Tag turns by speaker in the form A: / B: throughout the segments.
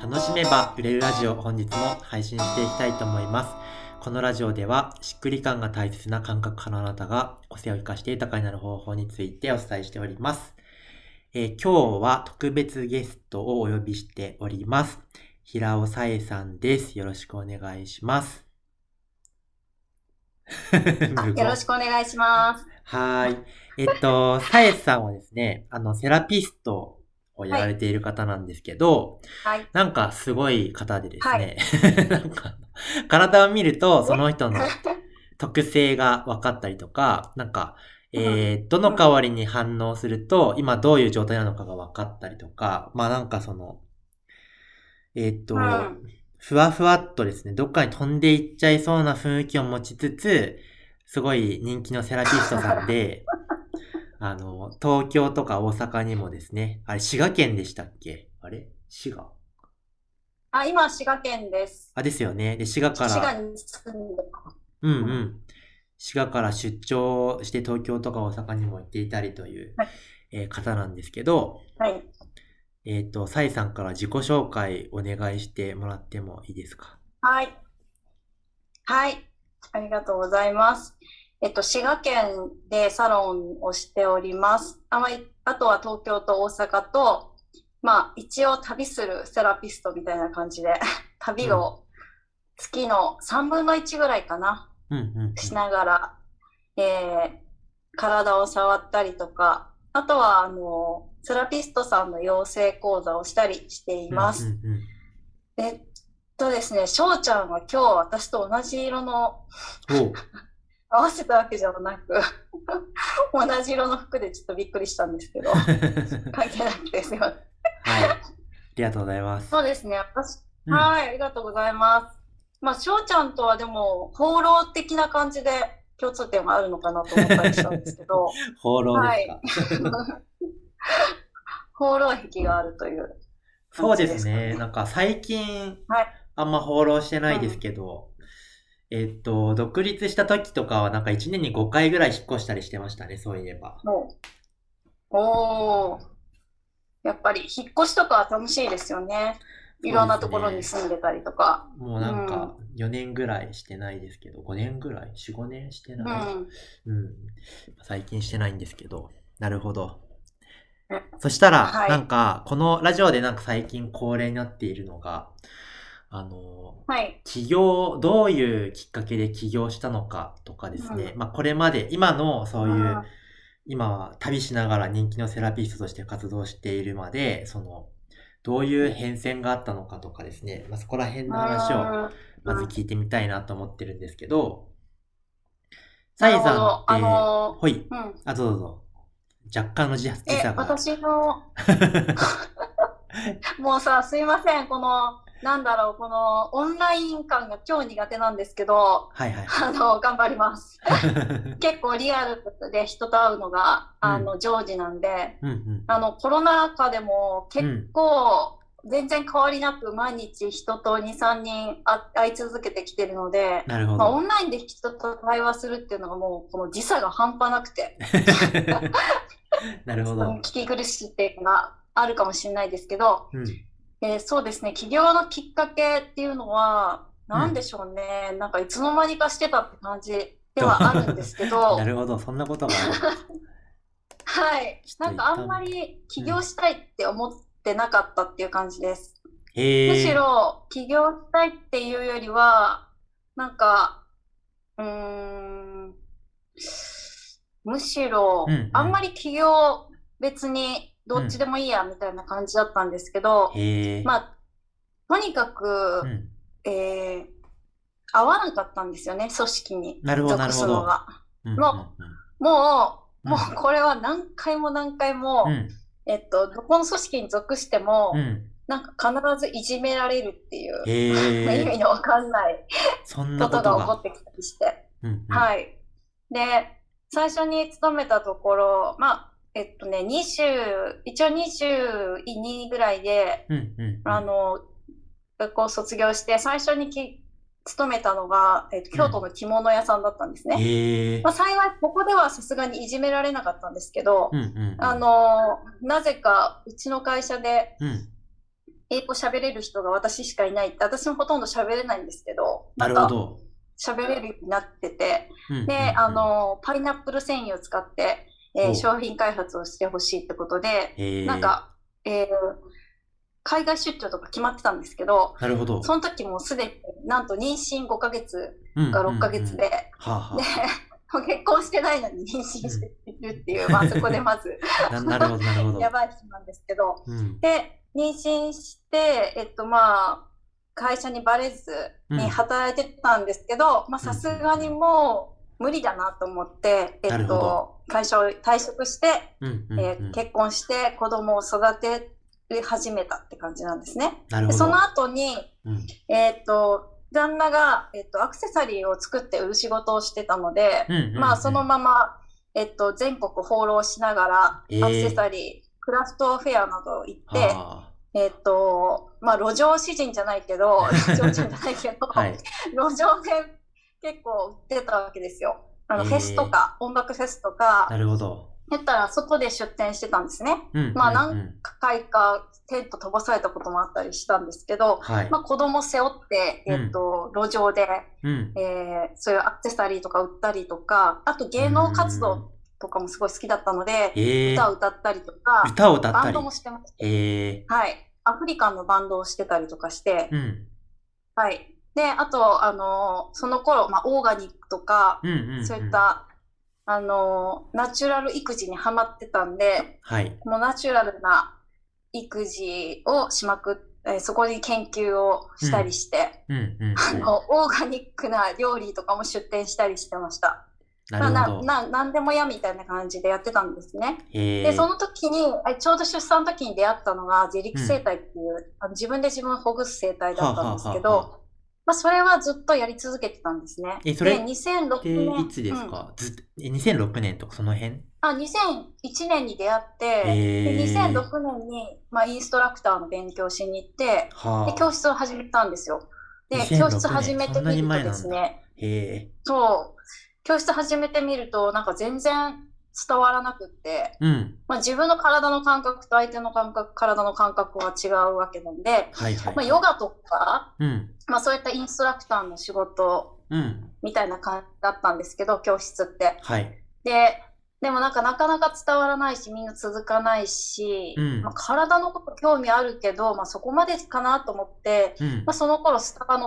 A: 楽しめば売れるラジオ、本日も配信していきたいと思います。このラジオではしっくり感が大切な感覚派のあなたが個性を生かして豊かになる方法についてお伝えしております。今日は特別ゲストをお呼びしております。平尾さえさんです。よろしくお願いします。
B: よろしくお願いします。
A: はい。さえさんはですね、セラピストをや
B: はい、
A: られている方なんですけど、
B: はい、
A: なんかすごい方でです
B: はい。
A: ね、なんか体を見るとそ
B: え
A: の人の特性が分かったりとか、なんか、
B: うん、
A: どの
B: うん、
A: 代わりに反応すると今どういう状態なのかが分かったりとか、まあなんかその、えーっ
B: う
A: と、
B: ん。
A: ふわふわっとですね、どっかに飛んでいっちゃいそうな雰囲気を持ちつつ、すごい人気のセラピストさんで、東京とか大阪にもですね、あれ、滋賀県でしたっけ？あれ滋賀？
B: あ、今、滋賀県です。
A: あ、ですよね。で、滋賀から、
B: 滋賀に住んでます。
A: うんう
B: うん。
A: ん。滋賀から出張して東京とか大阪にも行っていたりという、
B: はい、
A: 方なんですけど、
B: はい、
A: サイさんから自己紹介お願いしてもらってもいいですか？
B: はい、はい。ありがとうございます。滋賀県でサロンをしております。あとは東京と大阪と、まあ、一応旅するセラピストみたいな感じで、
A: うん。
B: 旅を月の3分の1ぐらいかな、
A: うんうんうん。
B: しながら、体を触ったりとか、あとは、セラピストさんの養成講座をしたりしてい
A: うんうん
B: ます。
A: うん。
B: ですね、翔ちゃんは今日私と同じ色の、
A: おう。
B: 合わせたわけじゃなく、同じ色の服でちょっとびっくりしたんですけど、関係なくてすいません。
A: はい。ありがとうございます。
B: そうですね、
A: うん。
B: はい、ありがとうございます。まあ、翔ちゃんとはでも、放浪的な感じで共通点があるのかなと思ったりしたんですけど、
A: 放浪で
B: はい。
A: すか？
B: 放浪癖があるという感
A: そう
B: じ
A: ですね。
B: ですかね。
A: なんか最近、
B: はい。
A: あんま放浪してないです
B: うん。
A: けど、独立した時とかはなんか1年に5回ぐらい引っ越したりしてましたね、そういえば。
B: もう、おー、やっぱり引っ越しとかは楽しいですよね。い
A: そうで
B: ろんなところに
A: すね。
B: 住んでたりとか。
A: もう
B: うん。
A: なんか4年ぐらいしてないですけど、5年ぐらい？ 4、5年してない？
B: うん。
A: うん。最近してないんですけど。なるほど。
B: え
A: そしたら、
B: はい。
A: なんか、このラジオでなんか最近恒例になっているのが、あの、
B: はい。
A: どういうきっかけで起業したのかとかですね。
B: うん。
A: まあ、これまで、今のそういう、
B: うん。
A: 今は旅しながら人気のセラピストとして活動しているまで、その、どういう変遷があったのかとかですね。まあ、そこら辺の話を、
B: うん。
A: まず聞いてみたいなと思ってるんですけど、サ
B: な
A: イさんっ
B: るほど。
A: て、ほい。
B: うん。
A: あ、どうぞどうぞ。若干の時差がある。
B: 私の、もうさ、すいません。なんだろう、このオンライン感が超苦手なんですけど、
A: はいはいはい。
B: 頑張ります。結構リアルで人と会うのが、
A: うん。
B: 常時なんで、
A: うんうん
B: コロナ禍でも結
A: うん。うん。
B: 構、全然変わりなく毎日人と2、3人会い続けてきてるので、まあ、オ
A: なるほど。
B: ンラインで人と対話するっていうのがもう、この時差が半端なくて、
A: なるほど。
B: 聞き苦しいっていうのがあるかもしれないですけど、
A: うん。
B: そうですね、起業のきっかけっていうのは、
A: うん。
B: なんでしょうね、なんかいつの間にかしてたって感じではあるんですけど、
A: なるほど。そんなことがあるのか。
B: はい。
A: ちょっと
B: なんかあんま
A: 一旦、
B: り起業
A: うん。
B: したいって思ってなかったっていう感じです。むし
A: へえ。
B: ろ起業したいっていうよりは、なんか、うーん、むし
A: うんう
B: ろあんま
A: ん。
B: り起業別にどっちで
A: うん。
B: もいいやみたいな感じだったんですけど、
A: へえ。
B: まあ、とにかく、
A: うん。
B: えー合わなかったんですよね、組織に
A: なるほど、な
B: 属
A: るほど。
B: すのが。
A: うん、うん、
B: も
A: うん。
B: もう
A: うん。
B: これは何回も何回も、
A: うん。
B: どこの組織に属しても、
A: うん。
B: なんか必ずいじめられるっていう、
A: へえ。
B: 意味のわかんない
A: そんな
B: ことが起こ
A: ことが。
B: ってきたりして。
A: うん、うん。
B: はい。で、最初に勤めたところ、まあ、20、一応22ぐらいで、
A: うん、うん、うん。
B: あの、学校を卒業して、最初に勤めたのが、京都
A: うん。
B: の着物屋さんだったんですね。まあ、
A: へえ。
B: 幸い、ここではさすがにいじめられなかったんですけど、
A: うん、うん、
B: なぜか、うちの会社で、
A: うん。うん。
B: 英語喋れる人が私しかいないって、私もほとんど喋れないんですけど、
A: なるほど。
B: 喋れるようになってて、で、
A: うんうんうん。
B: パイナップル繊維を使って、
A: お、
B: 商品開発をしてほしいってことで、なん
A: へえ、
B: か、海外出張とか決まってたんですけど、
A: なるほど。
B: その時もうすでになんと妊娠5ヶ月か
A: うんうん
B: 6ヶ月で、
A: うん。はあは
B: で、結婚してないのに妊娠してるっていう、まあそこでまず
A: あ。なるほど、なるほど。
B: やばい人なんですけど、
A: うん。
B: で、妊娠して、まあ、会社にバレずに
A: うん。
B: 働いてたんですけど、まあ
A: うんうん
B: さすがにもう無理だなと思って、
A: なるほど。
B: 会社を退職して、
A: うんうんうん。
B: 結婚して子供を育て始めたって感じなんですね。で、
A: なるほど。
B: その後に、
A: うん。
B: 旦那が、アクセサリーを作って売る仕事をしてたので、
A: うんうんうん。
B: まあそのまま、全国放浪しながら、アクセサリー、クラフトフェアなど行って、
A: あ
B: まあ路上詩人じゃないけど、路上じゃないけど、
A: あ。はい。
B: 路上で結構売ってたわけですよ。フェスとか、音楽フェスと
A: な
B: か、
A: るほど。
B: やったら外で出店してたんですね。
A: うんうんうん。
B: まあ何回かテント飛ばされたこともあったりしたんですけど、
A: はい。
B: まあ子供背負って、路上で、
A: うん。
B: そういうアクセサリーとか売ったりとか、あと芸能活動とかもすごい好きだったので、歌を歌ったりとか、
A: 歌を歌ったり。
B: バンドもしてました。
A: はい。
B: アフリカンのバンドをしてたりとかして、
A: うん。
B: はい。で、あと、その頃、まあ、オーガニックとか、
A: うんうんうん。
B: そういった、ナチュラル育児にハマってたんで、
A: はい。
B: もうナチュラルな育児をしまくって、そこに研究をしたりして、オーガニックな料理とかも出店したりしてました。
A: なるほど。
B: なんでもやみたいな感じでやってたんですね。で、その時に、ちょうど出産の時に出会ったのが、自力生態っていう、自分で自分をほぐす生態だったんですけど、まあ、それはずっとやり続けてたんですね。
A: それ
B: で、2006年。
A: いつですか？2006年とかその辺
B: ？2001年に出会って、で2006年に、まあ、インストラクターの勉強しに行って、で、教室を始めたんですよ。で、教室始めてみるとですね、そう、教室始めてみると、なんか全然伝わらなくって、まあ、自分の体の感覚と相手の体の感覚は違うわけなんで、まあ、ヨガとか、まあ、そういったインストラクターの仕事みたいな感じだったんですけど、教室って。でもなんかなかなか伝わらないし、みんな続かないし、まあ、体のこと興味あるけど、まあ、そこまでかなと思って、まあ、その頃スタバで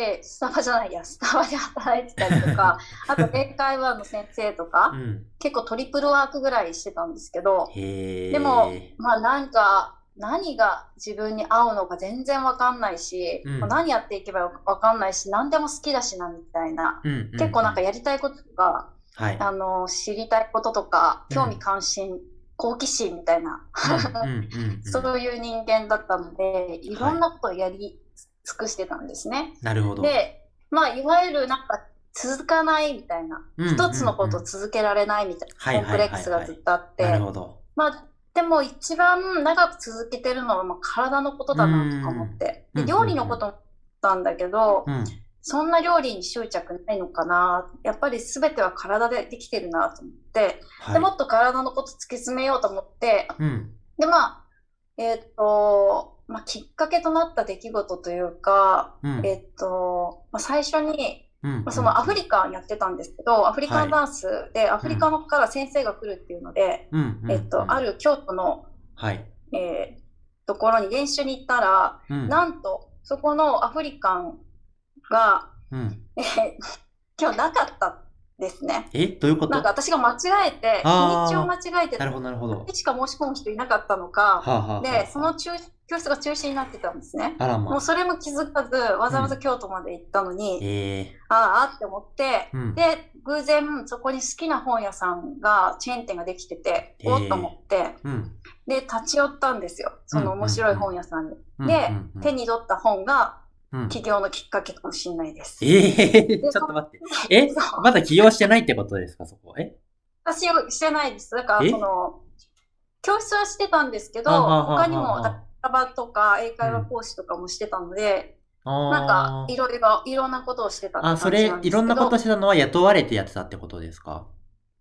B: 働いてたりとか、あと英会話の先生とか、結構トリプルワークぐらいしてたんですけど、でも、まあなんか、何が自分に合うのか全然わかんないし、まあ、何やっていけばわかんないし、何でも好きだしな、みたいな。結構なんかやりたいこととか、知りたいこととか、興味関心、好奇心みたいな、そういう人間だったので、いろんなことをやり尽くしてたんですね。
A: なるほど。
B: で、まあいわゆるなんか続かないみたいな、一つのことを続けられないみたいなコンプレックスがずっとあって、まあでも一番長く続けてるのはまあ体のことだなとか思って、で料理のこともったんだけど、そんな料理に執着ないのかな。やっぱり全ては体でできてるなと思って、でもっと体のこと突き詰めようと思って、でまあまあ、きっかけとなった出来事というか、まあ、最初に、そのアフリカンやってたんですけど、アフリカンダンスでアフリカのから先生が来るっていうので、ある京都の、ところに練習に行ったら、なんとそこのアフリカンが、今日なかったんですね。
A: どういうこと？
B: なんか私が間違えて、日にちを間違えて、
A: なるほど。
B: しか申し込む人いなかったのか、で、その教室が中止になってたんですね。もうそれも気づかず、わざわざ京都まで行ったのに、ああって思って、で、偶然そこに好きな本屋さんが、チェーン店ができてて、おっと思って、で、立ち寄ったんですよ。その面白い本屋さんに。で、手に取った本が、起業のきっかけかもしれないです。
A: ちょっと待って。まだ起業してないってことですか、そこ？
B: 私はしてないです。だから、教室はしてたんですけど、他にも、スタバとか英会話講師とかもしてたので、なんか、いろんなことをしてたって感じなんですけど。
A: いろんなことしてたのは雇われてやってたってことですか？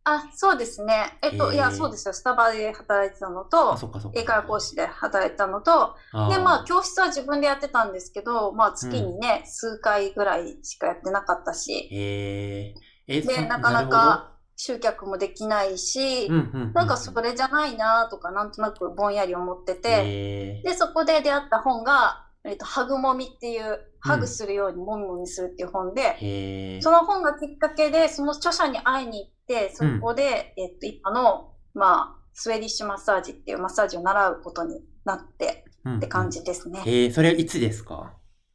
B: そうですね。
A: へ
B: いや、そう
A: え。
B: ですよ。スタバで働いてたの
A: あ、
B: と、
A: そっかそっか
B: 英
A: そっか。
B: 会話講師で働いてたのと、で、まあ、
A: あ
B: 教室は自分でやってたんですけど、まあ、
A: あ、うん。
B: 月にね、数回ぐらいしかやってなかったし、
A: へえ。
B: で、なか
A: な
B: なか
A: るほど。
B: 集客もできない
A: うん、う
B: し、
A: ん、うん、
B: なんか
A: うん。
B: それじゃないなとか、なんとなくぼんやり思って
A: へ
B: て、
A: え。
B: で、そこで出会った本が、ハグもみっていう、ハグ
A: うん。
B: するようにもみもみするっていう本で、
A: へえ。
B: その本がきっかけで、その著者に会いに行って、そ
A: うん。
B: こで、今の、まあ、スウェディッシュマッサージっていうマッサージを習うことになって
A: うん、
B: って感
A: うん。
B: じですね。
A: へえ、それいつですか？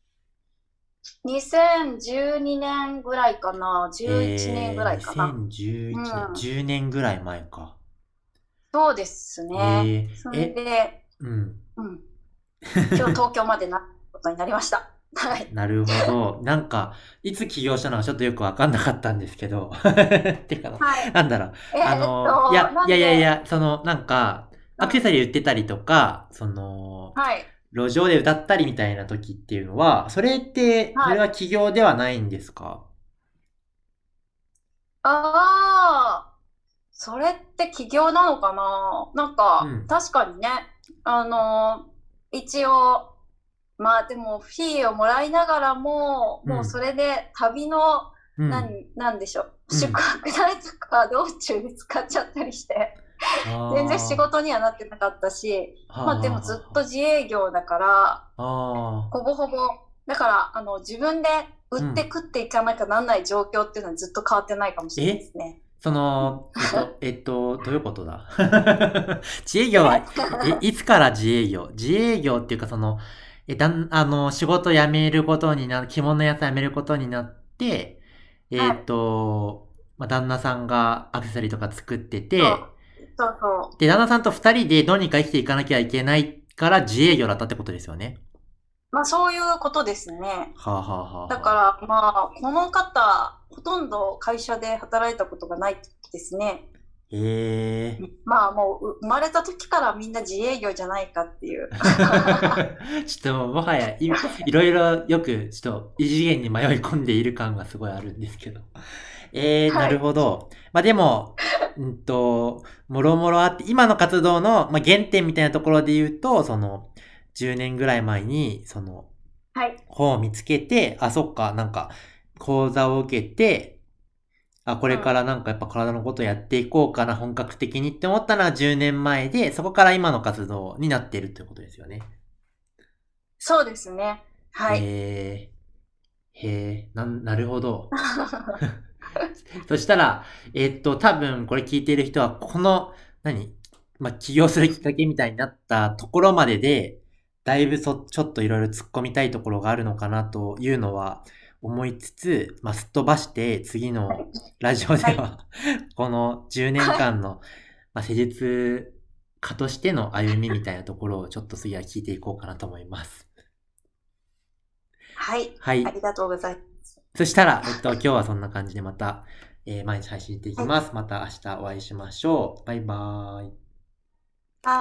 B: 2012年ぐらいかな、11年ぐらいかな。
A: 2011
B: う
A: 年、
B: ん。
A: 10年ぐらい前か。
B: そうですね。
A: え
B: そん
A: え、
B: で、
A: うん。
B: うん。東京までなることになりました。はい。
A: なるほど。なんか、いつ起業したのかちょっとよくわかんなかったんですけど。てか、
B: はい。
A: なんだろう。
B: なんで、
A: なんか、アクセ
B: うん。
A: サリー売ってたりとか、
B: はい。
A: 路上で歌ったりみたいな時っていうのは、そ
B: はい。
A: れは起業ではないんですか？
B: ああ、それって起業なのかな。なんか、
A: うん。
B: 確かにね、あの、一応、まあでも、フィーをもらいながらも、もうそ
A: うん。
B: れで旅の、
A: うん。
B: なんでしょう、宿
A: うん。
B: 泊代とか道中で使っちゃったりして、全然仕
A: あ
B: 事にはなってなかったし、
A: あ。はあ、は
B: まあでも
A: あ、
B: ずっと
A: は
B: 自営業だから、
A: あ。はあ。ああ。
B: ほぼほぼ、だから、自分で売って
A: うん。
B: 食っていかなきゃなんない状況っていうのはずっと変わってないかもしれないで
A: え
B: すね。
A: どういうことだ？自営業は、
B: え
A: いつから自営業っていうか仕事辞めることに着物屋さん辞めることになって、えっ
B: はい。
A: と、まあ、旦那さんがアクセサリーとか作って
B: そう。
A: て、
B: そうそう。
A: で、旦那さんと二人でどうにか生きていかなきゃいけないから自営業だったってことですよね。
B: まあそういうことですね。
A: はあ、はあはあはあ。
B: だからまあ、この方、ほとんど会社で働いたことがないですね。
A: へえ。
B: まあもう生まれた時からみんな自営業じゃないかっていう。
A: ちょっともはやいろいろよくちょっと異次元に迷い込んでいる感がすごいあるんですけど。なる
B: はい。
A: ほど。まあでも、もろもろあって、今の活動の、まあ、原点みたいなところで言うと、10年ぐらい前に、
B: はい。
A: 本を見つけて、あ、そっか、なんか、講座を受けて、あ、これか
B: うん。
A: らなんかやっぱ体のことやっていこうかな、本格的にって思ったのは10年前で、そこから今の活動になっているということですよね。
B: そうですね。はい。
A: へなるほど。そしたら、多分これ聞いている人は、何まあ、起業するきっかけみたいになったところまでで、だいぶちょっといろいろ突っ込みたいところがあるのかなというのは思いつつ、まあ、すっ飛ばして次のラジオ
B: はい。
A: ではこの10年
B: はい。
A: 間の、まあ、施術家としての歩みみたいなところをちょっと次は聞いていこうかなと思います。
B: はい。
A: はい。
B: ありがとうございます。
A: そしたら、今日はそんな感じでまた、毎日配信していき
B: はい。
A: ます。また明日お会いしましょう。バイバーイ。